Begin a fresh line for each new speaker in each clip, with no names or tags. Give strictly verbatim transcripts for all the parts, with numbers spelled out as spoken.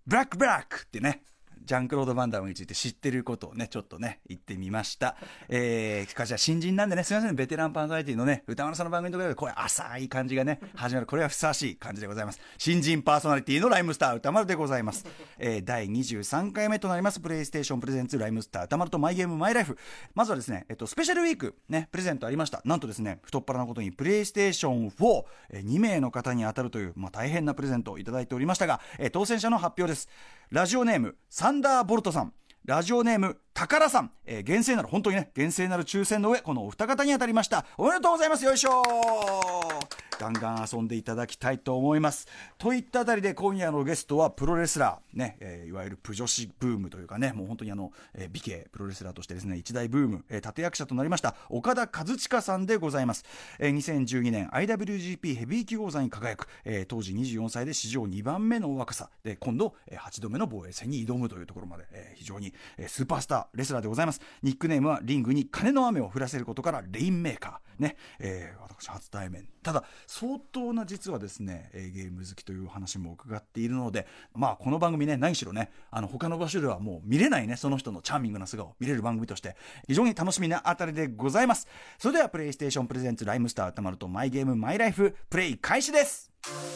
ブラックブラックってね、ジャンクロード・バンダムについて知ってることをねちょっとね言ってみました。えー、じゃあ新人なんでね、すみません、ベテランパーソナリティのね歌丸さんの番組とかでこういう浅い感じがね始まる、これはふさわしい感じでございます。新人パーソナリティのライムスター歌丸でございます。えー、だいにじゅうさんかいめとなりますプレイステーションプレゼンツライムスター歌丸とマイゲームマイライフ。まずはですね、えっと、スペシャルウィークねプレゼントありました。なんとですね、太っ腹なことにプレイステーションフォー、えー、にめいの方に当たるという、まあ、大変なプレゼントをいただいておりましたが、えー、当選者の発表です。ラジオネームサンダーボルトさん、ラジオネーム宝さん、えー、厳正なる本当にね厳正なる抽選の上このお二方に当たりました。おめでとうございます。よいしょー。ガンガン遊んでいただきたいと思います。といったあたりで今夜のゲストはプロレスラーね、えー、いわゆるプ女子ブームというかね、もう本当にあの、えー、美形プロレスラーとしてですね一大ブーム、えー、立役者となりました岡田和親さんでございます。えー、にせんじゅうにねん アイダブリュージーピー ヘビー級王座に輝く、えー、当時にじゅうよんさいで史上にばんめの若さで今度、えー、はちどめの防衛戦に挑むというところまで、えー、非常に、えー、スーパースターレスラーでございます。ニックネームはリングに金の雨を降らせることからレインメーカーね、えー、私初対面。ただ相当な実はですね、えー、ゲーム好きという話も伺っているので、まあこの番組ね何しろねあの他の場所ではもう見れないねその人のチャーミングな素顔を見れる番組として非常に楽しみなあたりでございます。それではプレイステーションプレゼンツライムスター歌丸とマイゲームマイライフプレイ開始です。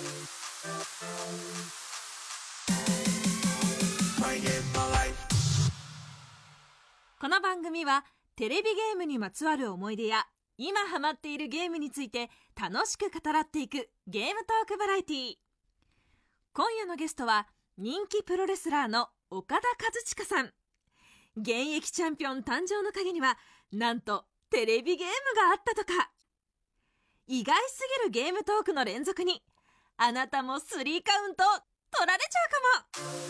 この番組はテレビゲームにまつわる思い出や今ハマっているゲームについて楽しく語らっていくゲームトークバラエティー。今夜のゲストは人気プロレスラーの岡田和親さん。現役チャンピオン誕生の陰にはなんとテレビゲームがあったとか。意外すぎるゲームトークの連続にあなたもスリーカウント取られちゃうかも。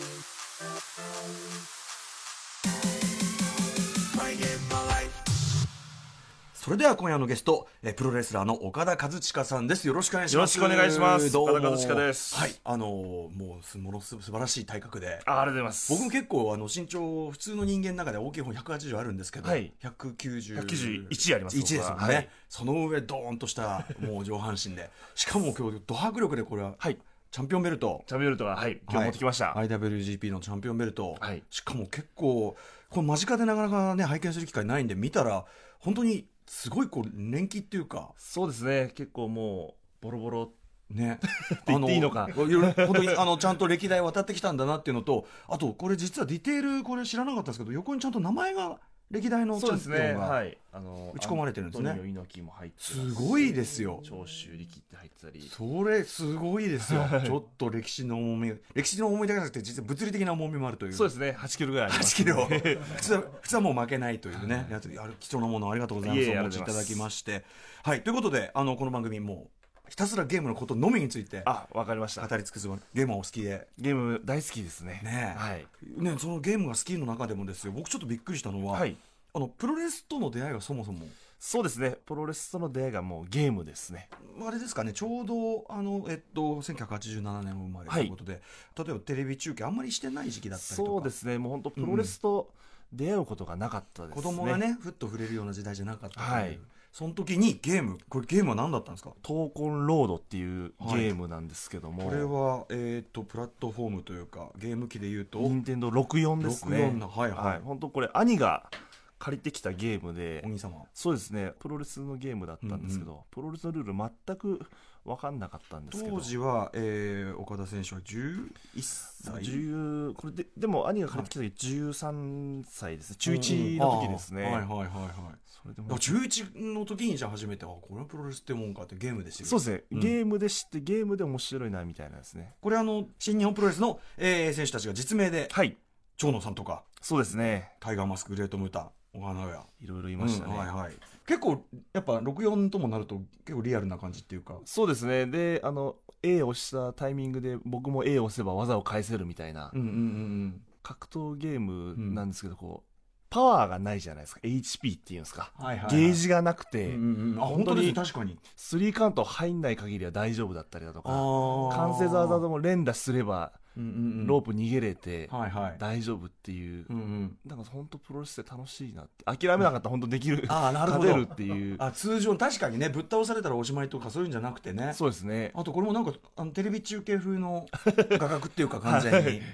それでは今夜のゲスト、えプロレスラーの岡田和親さんです。よろしくお願いします。
よろしくお願いします。
どうも
岡田和親です。
はい、あのー、もうすものす素晴らしい体格で、
あ、ありがとうございます。
僕も結構あの身長普通の人間の中で大きい方ひゃくはちじゅうあるんですけど、はい、ひゃくきゅうじゅう、
ひゃくきゅうじゅういちあります。
いちですよね、はい、その上ドーンとしたもう上半身でしかも今日ド迫力でこれは、はい、チャンピオンベルト
チャンピオンベルトが、はい、今日持ってきました、
はい、アイダブリュージーピー のチャンピオンベルト、はい、しかも結構これ間近でなかなかね拝見する機会ないんで見たら本当にすごいこう年季っていうか。
そうですね、結構もうボロボロ
ね、
って言っていいのか
本当にあのちゃんと歴代渡ってきたんだなっていうのと、あとこれ実はディテールこれ知らなかったですけど横にちゃんと名前が歴代のチャンピオンが打ち込まれてるんですね。
アントニオ猪木も入ってます。
すごいですよ。
長州力って入ってたり、
それすごいですよちょっと歴史の重み、歴史の重みだけじゃなくて実は物理的な重みもあるという。
そうですね、はちキロぐらいあります、
ね、はちキロ普通は普通はもう負けないというねやつ、貴重なものありがとうございます。お持ちいただきまして、はい、ということであのこの番組もひたすらゲームのことのみについて
あ、わかりました。
語り尽くす。ゲームはお好きで。
ゲーム大好きですね。
ねえ、はい、ね、そのゲームが好きの中でもですよ、僕ちょっとびっくりしたのは、はい、あのプロレスとの出会いがそもそも。
そうですね、プロレスとの出会いがもうゲームですね。
あれですかね、ちょうどあの、えっと、せんきゅうひゃくはちじゅうななねん生まれということで、はい、例えばテレビ中継あんまりしてない時期だったりとか。
そうですね、もう本当プロレスと出会うことがなかったですね、
うん、子供がねふっと触れるような時代じゃなかったという、はい、その時にゲーム、これゲームは何だったんですか？
闘魂ロードっていうゲームなんですけども、
はい、これは、えー、とプラットフォームというかゲーム機でいうと
任天堂ろくじゅうよんですね。
ろくじゅうよん、はいはい、はい、
本当これ兄が借りてきたゲームで、
お兄様。
そうですね、プロレスのゲームだったんですけど、うんうん、プロレスのルール全く分かんなかったんですけど、
当時は、えー、岡田選手はじゅういっさい、じゅう
これ で, でも兄が借りてきた時じゅうさんさいですね、中いちの時ですね、
はいはいはいはい、それでもじゅういちの時にじゃあ初めて、あ、これはプロレスってもんかってゲームですよ。
そうですね、うん、ゲームで知ってゲームで面白いなみたいなですね。
これあの新日本プロレスの、えー、選手たちが実名で、はい、長野さんとか、
そうですね、
タイガーマスク、グレートムータ、小川直也、
いろいろいましたね、うん、はいはい、
結構やっぱろくじゅうよんともなると結構リアルな感じっていうか。
そうですね、であの A を押したタイミングで僕も A を押せば技を返せるみたいな、うんうんうんうん、格闘ゲームなんですけど、こうパワーがないじゃないですか、 エイチピー っていうんですか、はいはいはい、ゲージがなくて、うんうんうん、あ、本当に確かにスリーカウント入んない限りは大丈夫だったりだとか、関節技でも連打すればうんうんうん、ロープ逃げれて大丈夫っていう、うんうん、なんか本当プロレスって楽しいなって、諦めなかったら本当できる、あ、なるほど、勝てるっていう。
あ、通常確かにね、ぶっ倒されたらおしまいとかそういうんじゃなくてね。
そうですね。
あとこれもなんかあのテレビ中継風の画角っていうか完全に、はい、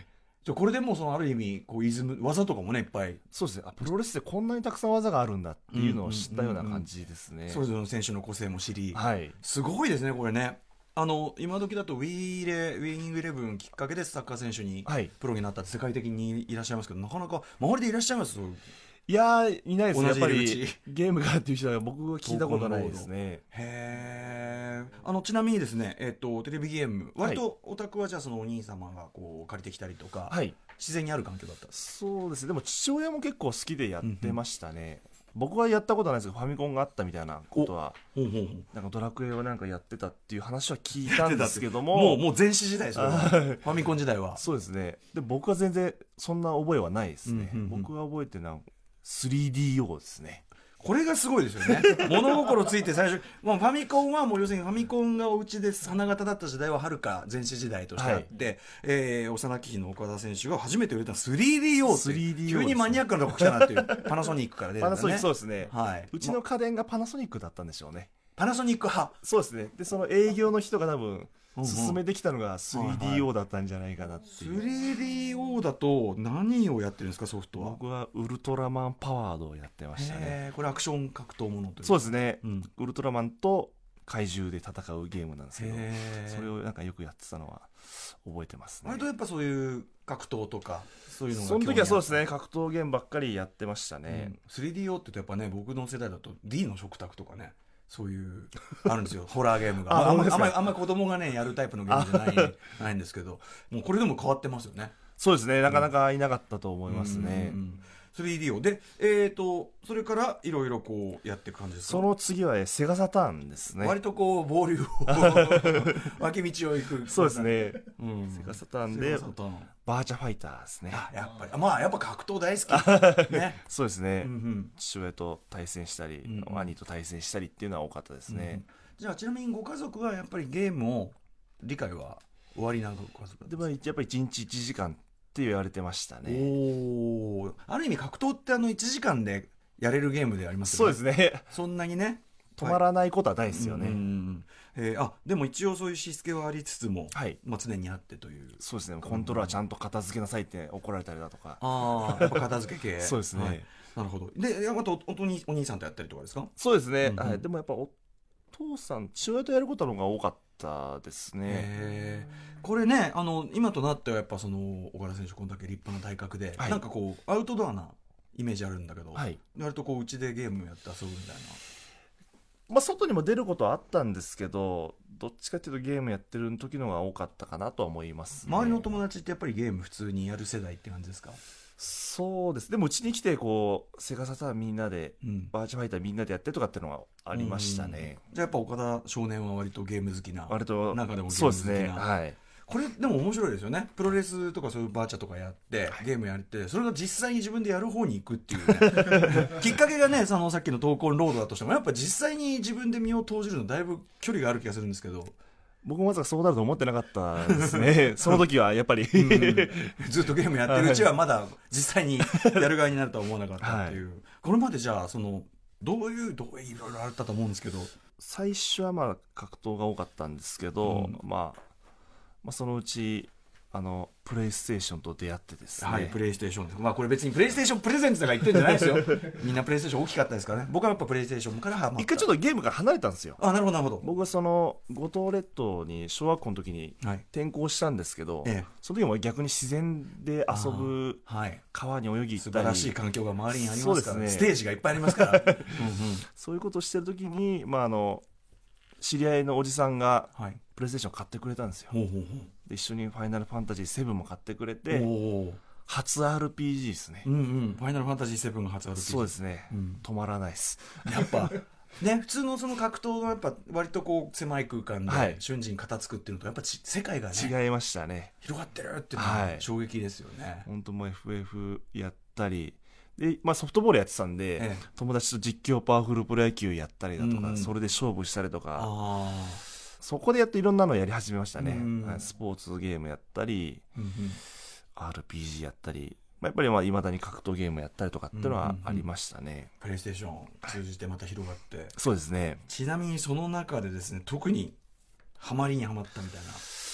じゃあこれでもうそのある意味こうイズム技とかもねいっぱい
そうですね、あプロレスでこんなにたくさん技があるんだっていうのを知ったような感じですね。
それぞれの選手の個性も知り、
はい、す
ごいですねこれね。あの今時だとウィーレウィーニングイレブンきっかけでサッカー選手にプロになったって世界的にいらっしゃいますけど、なかなか周りでいらっしゃいます？
いやいないですね。やっぱ
同じ
りゲームがっていう人は僕は聞いたことないですね。
へー。あのちなみにですね、えっと、テレビゲーム割とオタクはじゃあそのお兄様がこう借りてきたりとか、はい、自然にある環境だった？
そうですね、でも父親も結構好きでやってましたね、うんうん、僕はやったことないですけどファミコンがあったみたいなことはほうほうほう、なんかドラクエをなんかやってたっていう話は聞いたんですけども
もうもう前史時代ですよファミコン時代は。
そうですね。で僕は全然そんな覚えはないですね、うんうんうん、僕が覚えてるのは スリーディーオー ですね。
これがすごいですよね物心ついて最初、まあ、ファミコンはもう要するにファミコンがお家で花形だった時代ははるか前史時代としてあって、はい、えー、幼き日の岡田選手が初めて売れた スリーディーオー っていう急にマニアックなとこ来たなっていうパナソニックから出てたね。
パナソニック、そうですね、
はい、
うちの家電がパナソニックだったんでしょうね。
パナソニック派。
そうですね。でその営業の人が多分進めてきたのが スリーディーオー だったんじゃないかなっていう、はいはい、スリーディーオー だと何をやってるんですかソフトは？ 僕はウルトラマンパワードをやってましたね。
これアクション格闘ものという？
そうですね、うん、ウルトラマンと怪獣で戦うゲームなんですけど、それをなんかよくやってたのは覚えてますね。
割とやっぱそういう格闘とかそういうのが
その時はそうですね、格闘ゲームばっかりやってましたね、うん、
スリーディーオー って言うとやっぱね僕の世代だと D の食卓とかねそういうあるんですよホラーゲームがあ, あ, んまあんまりあんまり子供がねやるタイプのゲームじゃないないんですけど、もうこれでも変わってますよね。
そうですね、なかなかいなかったと思いますね、
うんうんうん、スリーディーオー で、えーと、それからいろいろこうやっていく感じですか？
その次はセガサターンですね。
割とこう暴流を脇道を行く
そうですね、うん、セガサターンでバーチャファイターですね。
あやっぱりまあやっぱ格闘大好き、ね、
そうですね、うんうん、父親と対戦したり、うんうん、兄と対戦したりっていうのは多かったですね、うんうん、
じゃあちなみにご家族はやっぱりゲームを理解は終わりなご家族
でもやっぱりいちにちいちじかんって言われてましたね。
おある意味格闘ってあのいちじかんでやれるゲームであります
よね。そうですね、
そんなにね
止まらないことはないですよね、
はい、うん、えー、あでも一応そういうしつけはありつつも、はい、まあ、常にあってという。
そうですね、コントローラーちゃんと片付けなさいって怒られたりだとか。
あやっぱ片付け系
そうですね、はい、
なるほど。であと お, お, お兄さんとやったりとかですか？
そうですね、うんうん、はい、でもやっぱお父さん父親とやることの方が多かったですね。
へこれねあの今となってはやっぱその岡田選手こんだけ立派な体格で、はい、なんかこうアウトドアなイメージあるんだけど、はい、割とこううちでゲームやって遊ぶみたいな。
まあ、外にも出ることはあったんですけどどっちかっていうとゲームやってる時の方が多かったかなとは思いますね。
周りの友達ってやっぱりゲーム普通にやる世代って感じですか？
そうです。でもうちに来てこうセガサターンみんなで、うん、バーチャファイターみんなでやってとかっていうのがありましたね。
じゃあやっぱ岡田少年は割とゲーム好きな
割と
中でもゲーム好きな。
そうですね、はい。
これでも面白いですよね。プロレスとかそういうバーチャとかやって、はい、ゲームやってそれが実際に自分でやる方に行くっていうねきっかけがねそのさっきの闘魂ロードだとしてもやっぱ実際に自分で身を投じるのだいぶ距離がある気がするんですけど、
僕もまさかそうなると思ってなかったですねその時はやっぱりうん、
ずっとゲームやってるうちはまだ実際にやる側になるとは思わなかったっていう、はい、これまでじゃあそのどういうどういういろいろあったと思うんですけど、
最初はまあ格闘が多かったんですけど、うん、まあまあ、そのうちあのプレイステーションと出会ってですね、
はい、プレイステーション、まあ、これ別にプレイステーションプレゼンツとか言ってるんじゃないですよみんなプレイステーション大きかったですからね。僕はやっぱプレイステーションからハマった。
一回ちょっとゲームから離れたんですよ。
あ、なるほどなるほど。
僕はその五島列島に小学校の時に転校したんですけど、はい、その時も逆に自然で遊ぶ、はい、川に泳ぎ行ったり
素晴らしい環境が周りにありますから、ね、ステージがいっぱいありますからうん、うん、
そういうことをしてる時に、まあ、あの知り合いのおじさんがプレイステーション買ってくれたんですよ、はい、で一緒にファイナルファンタジーセブンも買ってくれて、初 アールピージー ですね、
うんうん、ファイナルファンタジーセブンが初 アールピージー。
そうですね、うん、止まらないです
やっぱね、普通のその格闘がやっぱ割とこう狭い空間で瞬時に片付くっていうのとやっぱち世界がね
違いましたね。
広がってるっていうのは衝撃ですよね。
本当もう エフエフ やったりで、まあ、ソフトボールやってたんで、ええ、友達と実況パワフルプロ野球やったりだとか、うん、それで勝負したりとか、あそこでやっていろんなのやり始めましたね、うん、スポーツゲームやったり、うんうん、アールピージー やったり、まあ、やっぱりまあ未だに格闘ゲームやったりとかっていうのはありましたね、うんうんうん、
プレイステーション通じてまた広がって、はい、
そうですね。
ちなみにその中でですね特にハマりにハマったみたいな。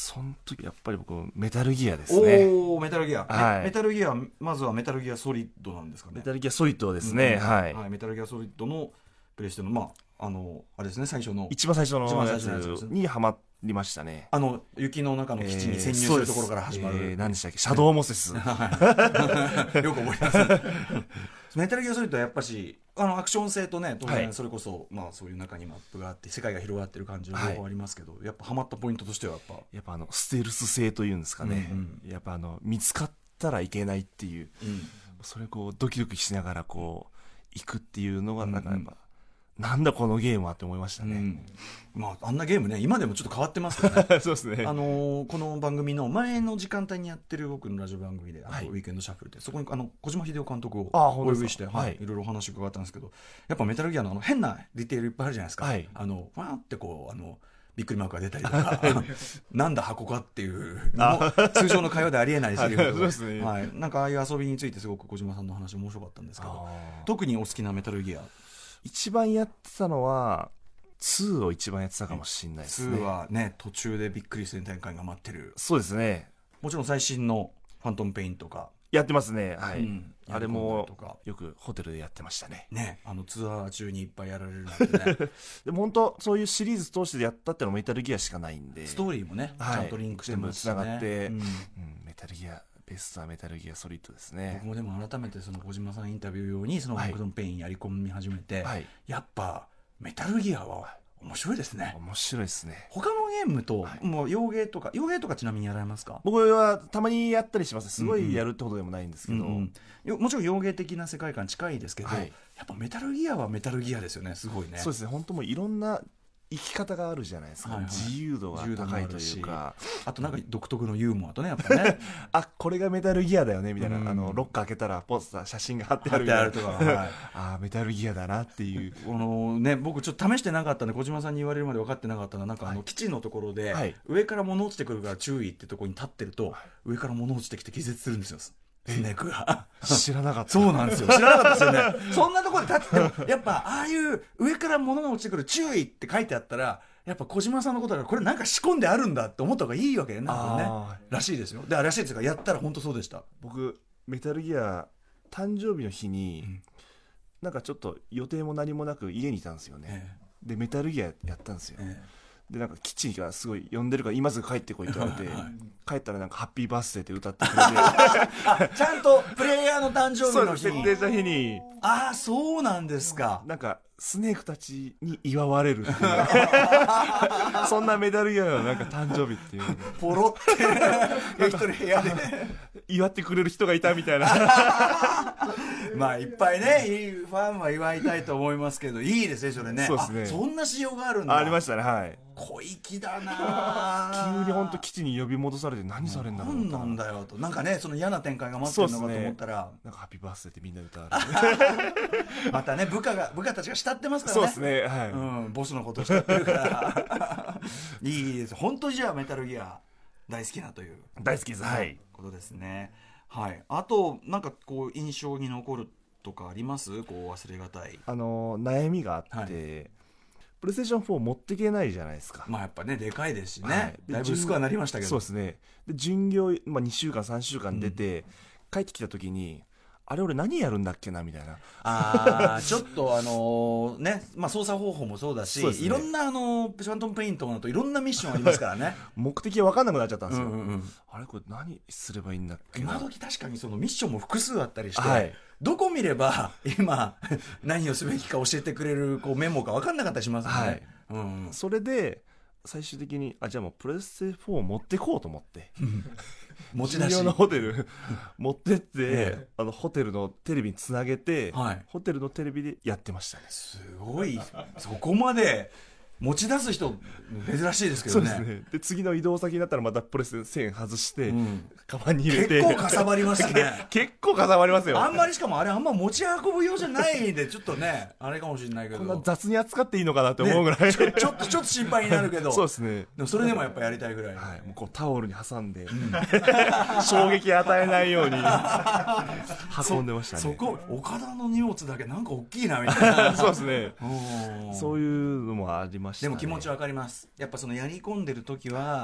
その時やっぱり僕メタルギアですね。
おおメタルギア、
はい、
メタルギアまずはメタルギアソリッドなんですかね。
メタルギアソリッドですね、うんはい、
はい、メタルギアソリッドのプレイステのまああのあれですね最初の
一番最初のやつにハマりましたね。
あの雪の中の基地に潜入するところから始まる、
えーえー、何でしたっけシャドウモセスよく
覚えてますメタルギアソリッドはやっぱしあのアクション性とね当然それこそ、はい、まあそういう中にマップがあって世界が広がってる感じの両方ありますけど、はい、やっぱハマったポイントとしてはやっぱ
やっぱあのステルス性というんですかね、うんうん、やっぱあの見つかったらいけないっていう、うん、それをこうドキドキしながらこう行くっていうのがなんかやっぱ、うんうんなんだこのゲームはって思いましたね、うん
まあ、あんなゲームね今でもちょっと変わってますからね
そうですね、
あのー、この番組の前の時間帯にやってる僕のラジオ番組で、はい、ウィークエンドシャッフルでそこにあの小島秀夫監督をお呼びして、はい、いろいろお話伺ったんですけどやっぱメタルギアのあの変なディテールいっぱいあるじゃないですか、はい、あのわーってこうあのびっくりマークが出たりとかなんだ箱かっていう通常の会話でありえないセリフとか、ねはい、なんかああいう遊びについてすごく小島さんの話面白かったんですけど特にお好きなメタルギア
一番やってたのはツーを一番やってたかもしれないですね。
ツーはね途中でびっくりする展開が待ってる。
そうですね。
もちろん最新のファントムペインとか
やってますね、はいうん、あれもよくホテルでやってましたね。
ねあのツアー中にいっぱいやられるなんてね
でも本当そういうシリーズ通してやったってのはメタルギアしかないんで
ストーリーもね、はい、ちゃんとリンクしてますしね
全部つながって、うんうん、メタルギアベストはメタルギアソリッドですね。
僕もでも改めてその小島さんインタビュー用にそのファントムペインやり込み始めて、はい、やっぱメタルギアは面白いですね。
面白いですね。
他のゲームと、はい、もう洋ゲーとか洋ゲーとかちなみにやられますか？
僕はたまにやったりします。すごいやるってことでもないんですけど、うん
うん、もちろん洋ゲー的な世界観近いですけど、はい、やっぱメタルギアはメタルギアですよね。すごいね。
そうですね。本当もういろんな生き方があるじゃないですか、はいはい、自由度が高いというか
あとなんか独特のユーモアとねやっぱね
あこれがメタルギアだよねみたいな、うん、あのロッカー開けたらポスター写真が貼ってあるみたいなとか、はい、あメタルギアだなっていう
この、ね、僕ちょっと試してなかったんで小島さんに言われるまで分かってなかったのはなんかあの、はい、基地のところで、はい、上から物落ちてくるから注意ってところに立ってると、はい、上から物落ちてきて気絶するんですよスネークが
知らなかった
そうなんですよ知らなかったですよねそんなところで立っててもやっぱああいう上から物が落ちてくる注意って書いてあったらやっぱ小島さんのことだからこれなんか仕込んであるんだって思った方がいいわけねねらしいですよ。でらしいですがやったら本当そうでした。
僕メタルギア誕生日の日に、うん、なんかちょっと予定も何もなく家にいたんですよね、ええ、でメタルギアやったんですよ、ええ、でなんか基地がすごい呼んでるから今すぐ帰ってこいって言われて、はい、帰ったらなんかハッピーバースデーって歌ってくれて
あちゃんとプレイヤーの誕生日の日に
設定した日に
ああそうなんですか。なん
かスネークたちに祝われるっていうそんなメダルギアのなんか誕生日っていう
ポロって一人部屋で
祝ってくれる人がいたみたいな
まあいっぱいねファンは祝いたいと思いますけどいいですねそれね。
そうですね。
そんな仕様があるんだ。
ありましたね。はい
小粋だな
急に本当基地に呼び戻されて何されんだろう
何なんだよとなんかねその嫌な展開が待ってるのかと思ったら、ね、
なんかハッピーバースデーってみんな歌われ
るまたね部下が部下たちが慕ってますからね。
そうですね、はい
うん、ボスのことを慕ってるからいいです本当にじゃあメタルギア大好きなという
大好きです、はい、
ことですね。はい。あとなんかこう印象に残るとかあります？こう忘れがたい
あの悩みがあって、はい、プレイステーションフォー持っていけないじゃないですか。
まあやっぱねでかいですしね、はい、だいぶ薄くはなりましたけど。
そうですね。で巡業、まあ、にしゅうかんさんしゅうかん出て、うん、帰ってきた時にあれ俺何やるんだっけなみたいな
あちょっとあのー、ね、まあ、操作方法もそうだし、ね、いろんなあのファントムペイントだといろんなミッションありますからね
目的が分かんなくなっちゃったんですよ、うんうんうん、あれこれ何すればいいんだっけな。
今時確かにそのミッションも複数あったりして、はい、どこ見れば今何をすべきか教えてくれるこうメモが分かんなかったりしますね、はい
うん、それで最終的にあじゃあもうプレステフォー持ってこうと思って
持ち出し
のホテル持ってって、ええ、あのホテルのテレビにつなげて、はい、ホテルのテレビでやってましたね。
すごいそこまで持ち出す人珍しいですけどね。
そうですね。で次の移動先になったらまたプレス線外して、うん、カバンに入れて
結構かさばりますね
結構かさばりますよ。
あんまりしかもあれあんま持ち運ぶ用じゃないんでちょっとねあれかもしれないけど
こんな雑に扱っていいのかなって思うぐらい、ね、
ちょ, ちょっとちょっと心配になるけど
そうですね。
でもそれでもやっぱやりたいぐらい、
はい、もうこうタオルに挟んで、うん、衝撃与えないように運んでましたね。
そ, そこ岡田の荷物だけなんか大きいなみたいな
そうですねそういうのもありましたね。
でも気持ちわかります。やっぱそのやり込んでる時は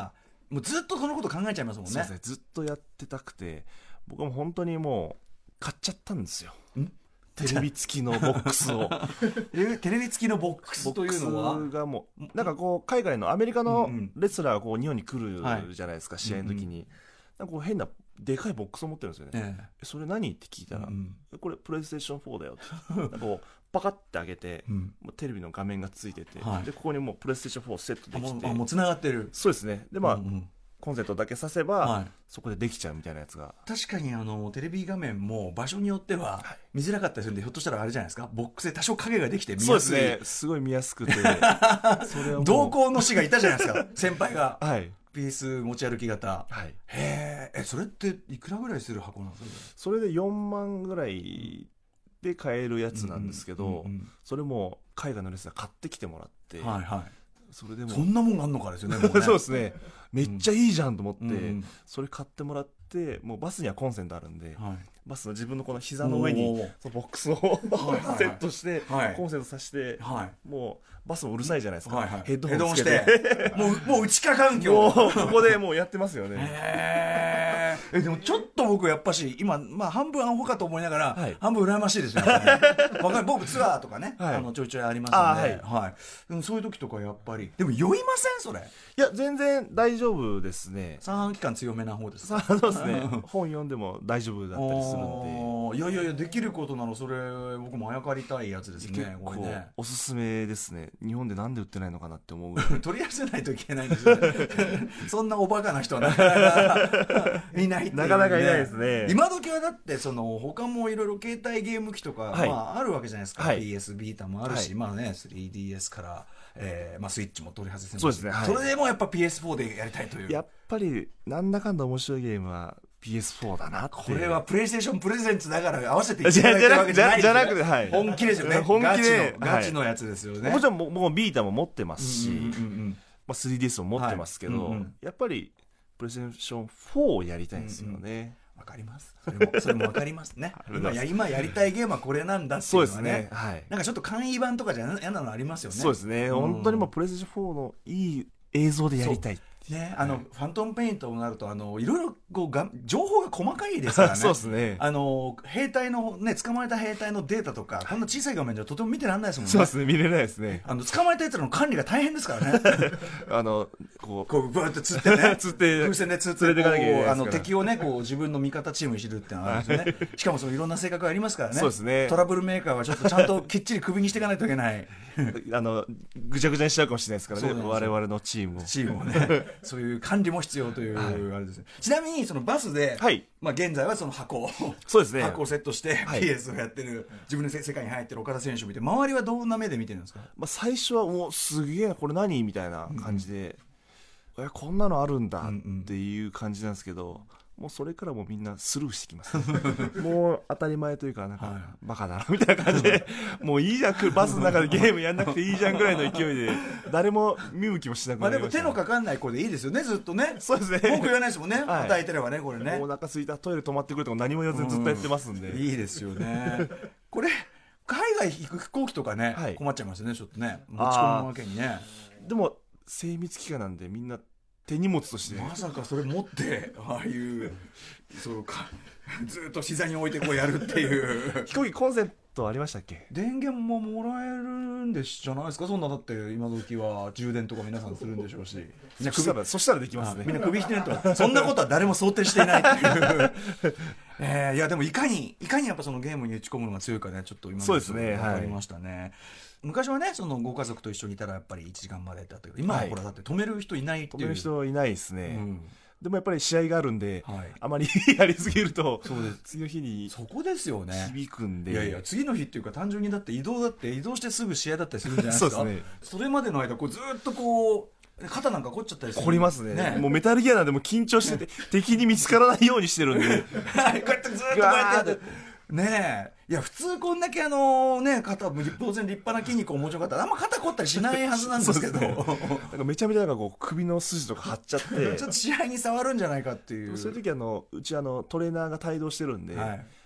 もうずっとそのこと考えちゃいますもんね。
そうですね、ずっとやってたくて、僕はもう本当にもう買っちゃったんですよ。んテレビ付きのボックスを
テレビ付きのボックスというのは
ボックスがもうなんかこう海外のアメリカのレスラーがこう日本に来るじゃないですか、はい、試合の時に、うんうん、なんかこう変なでかいボックスを持ってるんですよね、ええ、それ何って聞いたら、うん、これプレイステーションフォーだよってなんかこうパカッて開けて、うん、テレビの画面がついてて、はい、でここにもうプレイステーションフォーセットできて、
もうつながってる。
そうですね。でまあ、うんうん、コンセントだけ挿せば、はい、そこでできちゃうみたいなやつが。
確かにあのテレビ画面も場所によっては見づらかったりするんで、ひょっとしたらあれじゃないですか、ボックスで多少影ができて見やすい。
そうですね、すごい見やすくてそれ
は同行の師がいたじゃないですか先輩が、
はい、
ピース持ち歩き型、
はい、
へえ、それっていくらぐらいする箱なんですか？
それでよんまんぐらいで買えるやつなんですけど、うんうんうん、それも海外のレスラー買ってきてもらって、
はいはい、
それでも
そんなもんあんのかですよね。もうね
そうですね、めっちゃいいじゃんと思って、うんうん、それ買ってもらって、もうバスにはコンセントあるんで、はい、バスの自分のこの膝の上にそのボックスをセットして、はい、コンセントさして、はい、もうバスもうるさいじゃないですか、はいはい、ヘッドホンつけて
もう、もう内科環境
もうここでもうやってますよね。
へえ、でもちょっと僕やっぱし今、まあ、半分アホかと思いながら、はい、半分羨ましいですよね。わかる、僕ツアーとかね、はい、あのちょいちょいありますので、はいはい、でもそういう時とかやっぱりでも酔いませんそれ？
いや全然大丈夫ですね。
三半規管強めな方ですか？
そうですね本読んでも大丈夫だったりするんで。
いやいやいや、できることなの、それ僕もあやかりたいやつですね。
結構
これね、
おすすめですね。日本でなんで売ってないのかなって思う
取り寄せないといけないんですよねそんなおバカな人はなかなかいないっていう、ね、
なかなかいないですね。
今時はだってその他もいろいろ携帯ゲーム機とか、はい、まあ、あるわけじゃないですか、はい、ピーエス ビータもあるし、はい、まあね スリーディーエス から、えーまあ、スイッチも取り外せない。
そうですね、はい、
それでもやっぱ ピーエスフォー でやりたいという。
やっぱりなんだかんだ面白いゲームはピーエスフォー だなって。
これはプレイステーションプレゼンツだから合わせていただいてるわけじゃないですよ。
じゃなくて、はい、
本気ですよね。
本気で
ガチの、ガチのやつですよね。
もちろん僕もビータも持ってますし、うんうんうんうん、まあ、スリーディーエス も持ってますけど、はい、うんうん、やっぱりプレイステーションフォーをやりたいんですよね。うんうん、
わかります。それもそれもわかりますね。今や今やりたいゲームはこれなんだっていうのはね。そうですね。はい。なんかちょっと簡易版とかじゃ嫌なのありますよね。
そうですね。うん、本当にもうプレイステーションフォーのいい映像でやりたい。
ね、あの、はい、ファントムペイントになるとあのいろいろこうが情報が細かいですからね。
そうですね。
あの兵隊のね、捕まえた兵隊のデータとか、はい、こんな小さい画面じゃとても見てらんないですもんね。
そうですね、見れないですね。
あの捕まえたやつらの管理が大変ですからね。
あのこう
こうブーって釣ってね、
釣って
風船で釣って連れてかなきゃいけないですから、あの敵をねこう自分の味方チームに知るっていうのがあるんですよね。しかもそのいろんな性格がありますからね。
そうですね。
トラブルメーカーはちょっとちゃんときっちりクビにしていかないといけない。
あのぐちゃぐちゃにしちゃうかもしれないですからね。我々のチームを
チームをね、そういう管理も必要という、はい、あれですね。ちなみにそのバスで、はい、まあ現在はその箱、
そうですね、
箱をセットして、はい、ピーエス をやってる自分の世界に入ってる岡田選手を見て、周りはどんな目で見てるんですか？
まあ最初はもうすげえこれ何みたいな感じで、うん、えこんなのあるんだっていう感じなんですけど。うんうん、もうそれからもうみんなスルーしてきます、ね、もう当たり前というかなんか、はい、バカだなみたいな感じでもういいじゃん、バスの中でゲームやんなくていいじゃんぐらいの勢いで誰も見向きもしなくなりました、ね。
まあ、でも手のかかんない子でいいですよね、ずっとね。
そうですね、
文句言わないですもんね、はい、与えてればね、これね。
お腹すいた、トイレ止まってくれとか何も言わずにずっとやってますんで、
うん、いいですよね。これ海外行く飛行機とかね、はい、困っちゃいますよね、ちょっとね、持ち込むわけにね。
でも精密機械なんでみんな手荷物として、
まさかそれ持ってああいうそうかずっと膝に置いてこうやるっていう
飛行機コンセントありましたっけ？
電源ももらえるんでじゃないですか。そんなだって今時は充電とか皆さんするんでしょうし、
みんなそしたらそしたらできますね。
みんな首引きねとかそんなことは誰も想定していないっていうえー、いやでもいかにいかにやっぱそのゲームに打ち込むのが強いかね、ちょっと今のと分かりましたね。はい、昔はね、そのご家族と一緒にいたらやっぱりいちじかんまでだったけど、今はほらだって止める人いないっていう、
止める人いないですね。うん、でもやっぱり試合があるんで、はい、あまりやりすぎるとそうです、次の日に
そこですよね、
響くんで。
いやいや、次の日っていうか単純にだって移動だって移動してすぐ試合だったりするんじゃないですか。そうですね。それまでの間こうずっとこう肩なんか凝っちゃったりする。
凝りますね。ね、もうメタルギアなんでも緊張してて敵に見つからないようにしてるんでこ
うやってずっとこうやってやってねえ、いや普通こんだけあのね肩当然立派な筋肉をお持ちの方あんま肩凝ったりしないはずなんですけど、ね、
なんかめちゃめちゃなんかこう首の筋とか張っちゃってち
ょっと試合に触るんじゃないかっていう。
そういう時あのうちあのトレーナーが帯同してるんで、はい、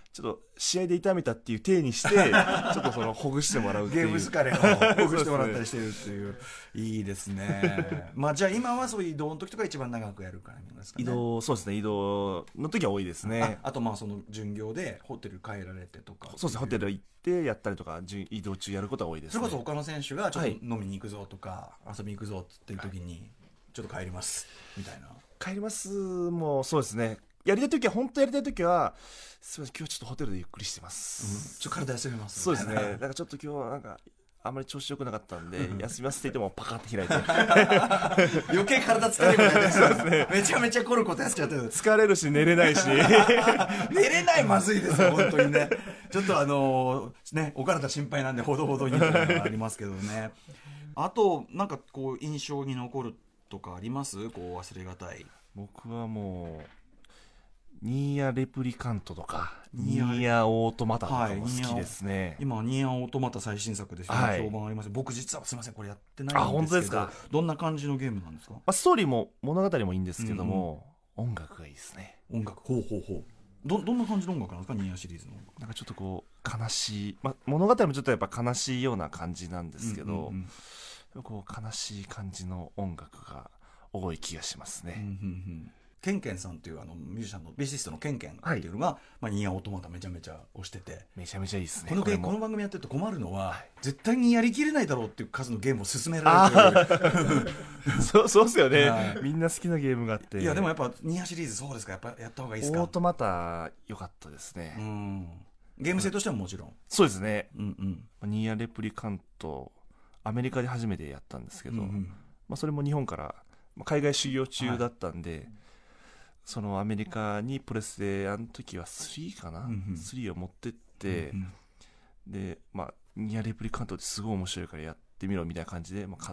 ちょっと試合で痛めたっていう体にしてちょっとそのほぐしてもらうっていう
ゲーム疲れをほぐしてもらったりしてるっていういいですねまあじゃあ今はそういう移動の時とか一番長くやるからですかね。
移動そうですね移動の時は多いですね。
あ, あとまあその巡業でホテル帰られてとか
そうですねホテル行ってやったりとか移動中やることは多いですね。
それこそ他の選手がちょっと飲みに行くぞとか、はい、遊びに行くぞっていう時にちょっと帰りますみたいな。
帰りますもうそうですね。やりたい時は本当やりたい時はすみません今日はちょっとホテルでゆっくりしてます、
うん、ちょっと体休めます
そうですねなんかちょっと今日はなんかあんまり調子良くなかったんで休みますって言ってもパカッて開いて
余計体疲れるみたいなそうですねめちゃめちゃコルコとやっちゃってる。
疲れるし寝れないし
寝れないまずいですよ本当にねちょっとあのー、ねお体心配なんでほどほどにみたいなのがありますけどねあとなんかこう印象に残るとかあります？こう忘れがたい。
僕はもうニーヤレプリカントとかニーヤオートマタとかも好きですね、はい、
今ニーヤオートマタ最新作で評判あります、はい、僕実はすみませんこれやってないんですけど。
あ本当ですか。
どんな感じのゲームなんですか？
まあ、ストーリーも物語もいいんですけども、うんうん、音楽がいいですね。
音楽ほうほうほう ど, どんな感じの音楽なんですかニーヤシリーズの。
なんかちょっとこう悲しい、まあ、物語もちょっとやっぱ悲しいような感じなんですけど、うんうんうん、こう悲しい感じの音楽が多い気がしますね、うんうんうん。
ケンケンさんっていうあのミュージシャンのベーシストのケンケンっていうのが、はいまあ、ニーヤオートマタめちゃめちゃ推してて
めちゃめちゃいいですね。
この
こ
この番組やってると困るのは、はい、絶対にやりきれないだろうっていう数のゲームを進められてる
そうそうですよね、
はい、
みんな好きなゲームがあって。
いやでもやっぱニーヤシリーズそうですかやっぱやった方がいいですか。
オートマタ良かったですね。
うんゲーム性としてももちろん、
そうですね、
うんうん、
ニーヤレプリカントアメリカで初めてやったんですけど、うんうんまあ、それも日本から海外修行中だったんで、はい、そのアメリカにプレスであの時はスリーかな、うんうん、スリーを持ってって、うんうん、でまあニーヤレプリカントってすごい面白いからやってみろみたいな感じで、まあ、買って、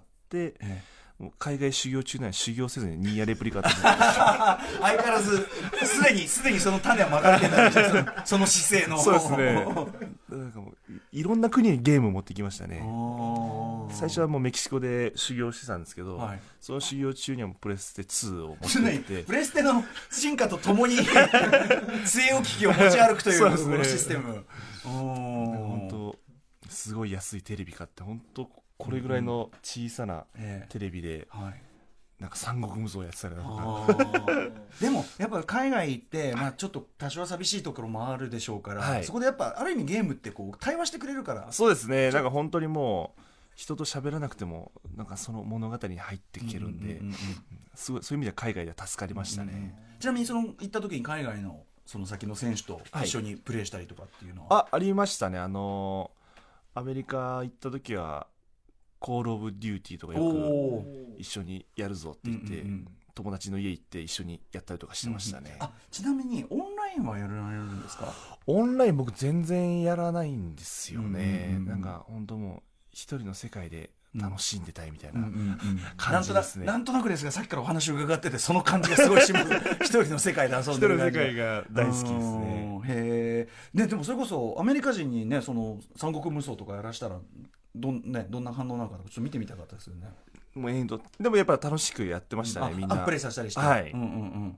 ええ、もう海外修行中なのに修行せずにニーヤレプリカント
相変わらずすでにすでにその種はまかれてたんですよその姿勢の。
そうですねなんかもういろんな国にゲームを持ってきましたね。最初はもうメキシコで修行してたんですけど、はい、その修行中にはもうプレステツーを持ってって
プレステの進化とともに据え置き機を持ち歩くというこのシステム。
本当すごい安いテレビ買って本当これぐらいの小さなテレビで、うんええはい、なんか三国無双やってたりとか
でもやっぱ海外行って、まあ、ちょっと多少寂しいところもあるでしょうから、はい、そこでやっぱある意味ゲームってこう対話してくれるから。
そうですねなんか本当にもう人と喋らなくてもなんかその物語に入っていけるんで、すごいそういう意味では海外では助かりましたね、うんうん、
ちなみにその行った時に海外のその先の選手と一緒にプレーしたりとかっていうのは、
はい、あ, ありましたね。あのアメリカ行った時はコールオブデューティーとかよく一緒にやるぞって言って、うんうんうん、友達の家行って一緒にやったりとかしてましたね、
うんうん、あちなみにオンラインはやられるんですか？
オンライン僕全然やらないんですよね、うんうんうん、なんか本当もう一人の世界で楽しんでたいみたいな感じですね、
うんうんうん、なんとなくですがさっきからお話を伺っててその感じがすごいします一人の世界で遊んでる
一人の世界が大好きですね。
へー、ね、でもそれこそアメリカ人にねその三国無双とかやらしたらどん、ね、どんな反応なのかちょっと見てみたかったですよね。
もうエンドでもやっぱ楽しくやってましたね、うん、みんな
プレイさせたりして、
はい、
うんうんうん、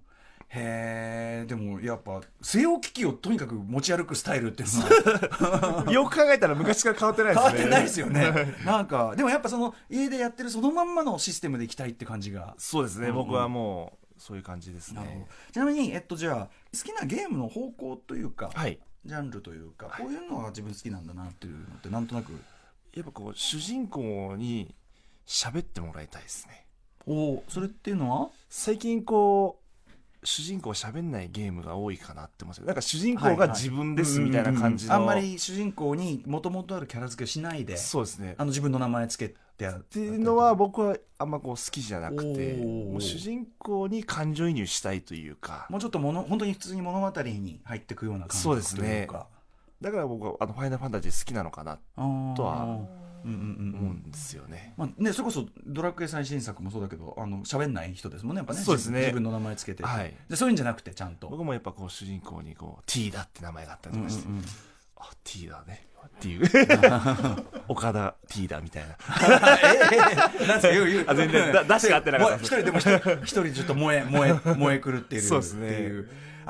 へー、でもやっぱ据え置き機をとにかく持ち歩くスタイルっていうのは
よく考えたら昔から変わってないですね。
変わってないですよねなんかでもやっぱその家でやってるそのまんまのシステムでいきたいって感じが。
そうですね、うんうん、僕はもうそういう感じですね。
ちなみに、えっと、じゃあ好きなゲームの方向というか、
はい、
ジャンルというか、はい、こういうのが自分好きなんだなっていうのってなんとなく
やっぱこう主人公に喋ってもらいたいですね。
おそれっていうのは
最近こう主人公喋んないゲームが多いかなって思います。なんか主人公が自分ですみたいな感じの、
あんまり主人公にもともとあるキャラ付けをしないで、
そうですね、
あの自分の名前つけてやる
っていうのは僕はあんまこう好きじゃなくて、もう主人公に感情移入したいというか、
もうちょっともの本当に普通に物語に入っていくような感じというか。
そうですね、だから僕はあのファイナルファンタジー好きなのかなとは思うんですよね。
まあね、それこそドラクエ最新作もそうだけど、あの喋んない人ですもんね、やっぱね。
そうですね、
自分の名前つけて、
はい、
でそういうんじゃなくてちゃんと
僕もやっぱこう主人公にこう T だって名前があったりとかして、うんうんうん、あ T だねっていう岡田 T だみたいな
えー、なんすか言う言う
あ全然出しが合ってなかった。
一人でも一人ちょっと燃え燃え燃え狂っているっていう、そうですね、あ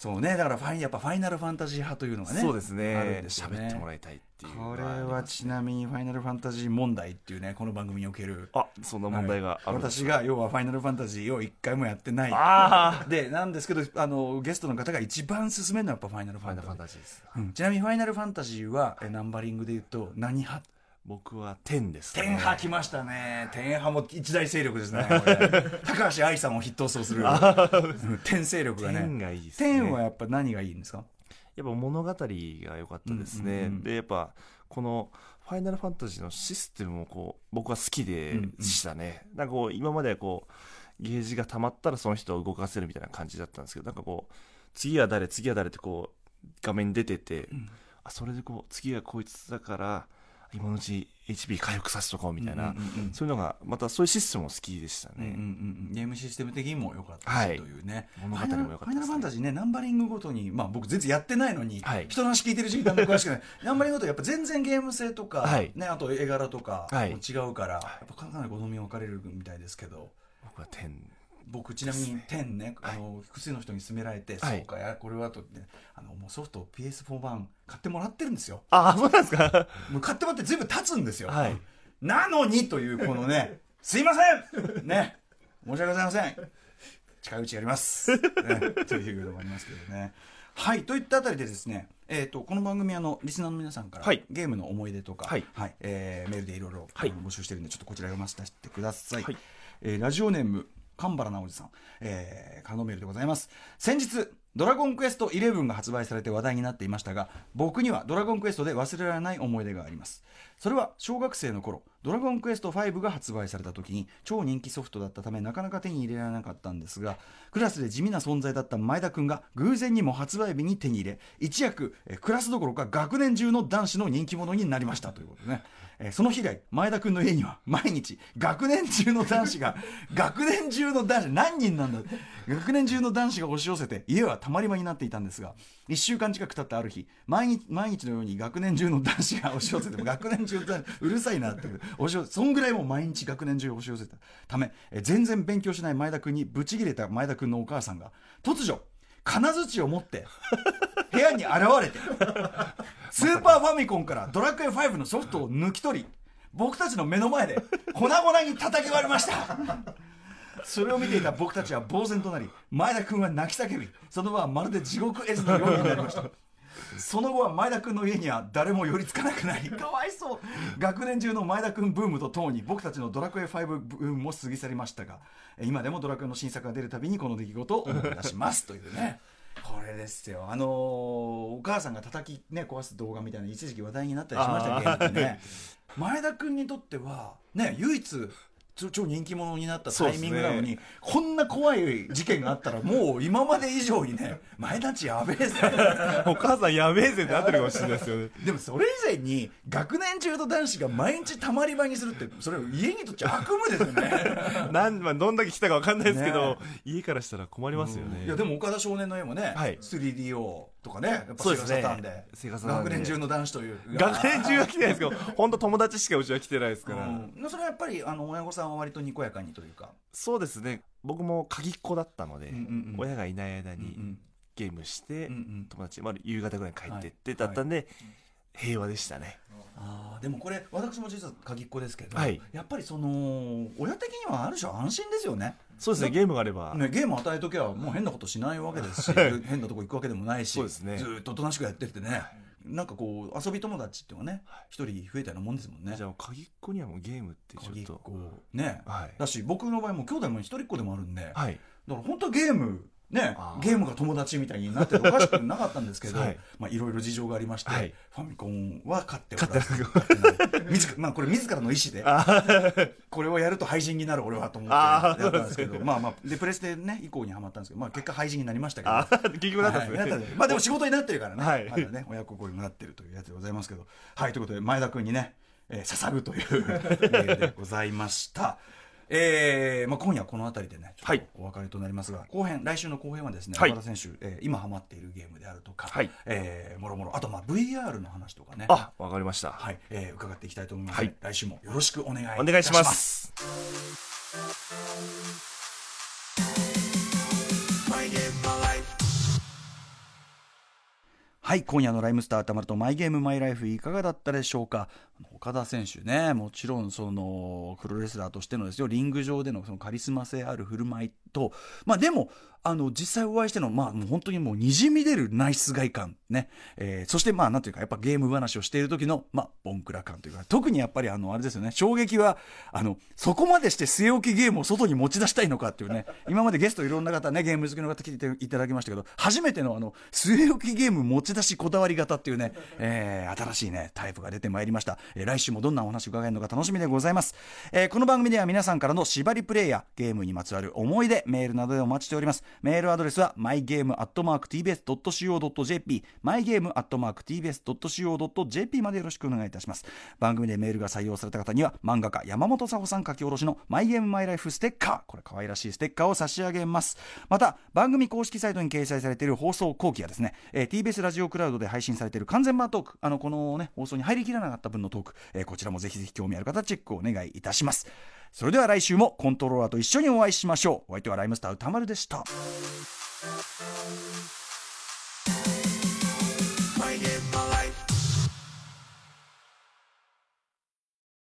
そうね、だからファイやっぱファイナルファンタジー派というのがね、
そうですね、
あるんですよね。
喋ってもらいたいっていう
これはちなみにファイナルファンタジー問題っていうね、この番組における、
あ、そんな問題があるんですか。
はい、私が要はファイナルファンタジーを一回もやってない
あ
でなんですけど、あのゲストの方が一番勧めるのはやっぱファイナルファンタジー、
ファイナルファンタジーです、
うん、ちなみにファイナルファンタジーはえナンバリングで言うと何派？
僕はじゅうですね。
じゅう派来ましたね。じゅう派も一大勢力ですね。これ高橋愛さんを筆頭とするじゅう勢力がね。
じゅうがいいですね。
じゅうはやっぱ何がいいんですか？
やっぱ物語が良かったですね、うんうんうん、でやっぱこのファイナルファンタジーのシステムもこう僕は好きでしたね、うんうん、なんかこう今まではこうゲージが溜まったらその人を動かせるみたいな感じだったんですけど、なんかこう次は誰次は誰ってこう画面に出てて、うん、あそれでこう次はこいつだから今のうち エイチピー 回復させとこうみたいな、うんうんうん、そういうのがまたそういうシステムも好きでしたね、うんうんうん、
ゲームシステム的にも良かったし、はい、というね、
物語も良かったですね。
ファイナルファンタジーね、ナンバリングごとに、まあ、僕全然やってないのに、はい、人の話聞いてる時間も詳しくないナンバリングごとにやっぱ全然ゲーム性とか、はいね、あと絵柄とかも違うから、はい、やっぱかなり好み分かれるみたいですけど、
僕はじゅう
僕ちなみにじゅうね、あの複数の人に勧められて、はい、そうかやこれはと、ね、あのもうソフト ピーエスフォー 版買ってもらってるんですよ。
ああ、そうなんですか。
もう買ってもらって随分経つんですよ、
はい、
なのにというこのねすいませんね、申し訳ございません、近いうちやります、ね、というのもありますけどね。はいといったあたりでですね、えー、とこの番組あのリスナーの皆さんから、はい、ゲームの思い出とか、はいはいえー、メールでいろいろ募集してるんで、ちょっとこちら読ませてください、はいえー、ラジオネーム神原直司さん、えー、カノメールでございます。先日ドラゴンクエストじゅういちが発売されて話題になっていましたが、僕にはドラゴンクエストで忘れられない思い出があります。それは小学生の頃、ドラゴンクエストごが発売された時に超人気ソフトだったためなかなか手に入れられなかったんですが、クラスで地味な存在だった前田くんが偶然にも発売日に手に入れ、一躍えクラスどころか学年中の男子の人気者になりましたということでね。えー、その日以来前田くんの家には毎日学年中の男子が学年中の男子何人なんだ学年中の男子が押し寄せて家はたまり場になっていたんですが、いっしゅうかん近く経ったある日、毎日毎日のように学年中の男子が押し寄せて学年中の男子うるさいなって押し寄せそんぐらいもう毎日学年中押し寄せたため、えー、全然勉強しない前田くんにブチギレた前田くんのお母さんが突如金槌を持って部屋に現れてスーパーファミコンからドラクエファイブのソフトを抜き取り、僕たちの目の前で粉々に叩き割りましたそれを見ていた僕たちは呆然となり、前田君は泣き叫び、その場はまるで地獄絵図のようになりましたその後は前田君の家には誰も寄りつかなくなり、かわいそう学年中の前田君ブームとともに僕たちのドラクエファイブブームも過ぎ去りましたが、今でもドラクエの新作が出るたびにこの出来事を思い出しますというねこれですよ、あのー、お母さんが叩き、ね、壊す動画みたいな一時期話題になったりしましたけどね前田君にとっては、ね、唯一超人気者になったタイミングなのに、ね、こんな怖い事件があったらもう今まで以上にね前田ちやべえぜ
お母さんやべえぜってなってるかもしれないですよね
でもそれ以前に学年中の男子が毎日たまり場にするってそれ家にとっちゃ悪夢ですよね
なん、まあ、どんだけ来たか分かんないですけど、ね、家からしたら困りますよね、
うん、いやでも岡田少年の絵もね、はい、スリーディーオー とかねやっぱセガサターンで、セガサターンで学年中の男子という
学年中は来てないですけど本当友達しかうちは来てないですから、うん、
それはやっぱりあの親御さんは割とにこやかにというか。
そうですね、僕も鍵っ子だったので、うんうんうん、親がいない間にゲームして、うんうん、友達、まあ、夕方ぐらいに帰ってってだったんで、はいはい、平和でしたね。
あでもこれ私も実は鍵っ子ですけど、はい、やっぱりその親的にはある種安心ですよね。
そうですね、ゲームがあれば、
ね、ゲーム与えとけばもう変なことしないわけですし変なとこ行くわけでもないし、そうですね、ずっとおとなしくやってってね、なんかこう遊び友達っていうのがね一人増えたようなもんですもんね。
じゃあ鍵っ子にはもうゲームってちょっと鍵っ子
ね、はい、だし僕の場合も兄弟も一人っ子でもあるんで、はい、だから本当はゲームね、ゲームが友達みたいになってておかしくなかったんですけど、はい、まあいろいろ事情がありまして、はい、ファミコンは買っておらず自まあこれ自らの意思でこれをやると廃人になる俺はと思ってやったんですけど、まあまあでプレステね以降にハマったんですけど、まあ結果廃人になりましたけど、結
局なったんですね、
はい、まあでも仕事になってるからね、はい、まだね親孝行になってるというやつでございますけど、はいということで前田君にね、えー、捧ぐというメールでございましたえーまあ、今夜この辺りでねちょっとお別れとなりますが、はい、後編来週の後編はですね、はい、岡田選手、えー、今ハマっているゲームであるとか、はいえー、もろもろあとまあ ブイアール の話とかね、
あわかりました、
はいえー、伺っていきたいと思います、はい、来週もよろしくお願いいたします。
お願いします。
はい、今夜のライムスター歌丸とマイゲームマイライフいかがだったでしょうか。岡田選手ね、もちろんそのプロレスラーとしてのですよ、リング上でのそのカリスマ性ある振る舞いと、まあでもあの実際お会いしての、まあもう本当にもうにじみ出るナイスガイ感ね、えー、そしてまあなんていうかやっぱゲーム話をしている時のまあボンクラ感というか、特にやっぱりあのあれですよね、衝撃はあのそこまでして据え置きゲームを外に持ち出したいのかっていうね、今までゲストいろんな方ね、ゲーム好きの方来ていただきましたけど、初めてのあの据え置きゲーム持ち出しこだわり型っていうね、えー、新しいねタイプが出てまいりました。えー、来週もどんなお話伺えるのか楽しみでございます。えー、この番組では皆さんからの縛りプレイやゲームにまつわる思い出メールなどでお待ちしております。メールアドレスはマイゲームアットマーク ティービーエスドットシーオードットジェーピー マイゲームアットマーク ティービーエスドットシーオードットジェーピー までよろしくお願いいたします。番組でメールが採用された方には漫画家山本佐穂さん書き下ろしのマイゲームマイライフステッカー、これ可愛らしいステッカーを差し上げます。また番組公式サイトに掲載されている放送後期やですね、えー、ティービーエス ラジオクラウドで配信されている完全版トーク、あのこのね放送に入りきらなかった分のトーク、えー、こちらもぜひぜひ興味ある方チェックをお願いいたします。それでは来週もコントローラーと一緒にお会いしましょう。お相手はライムスター歌丸でした。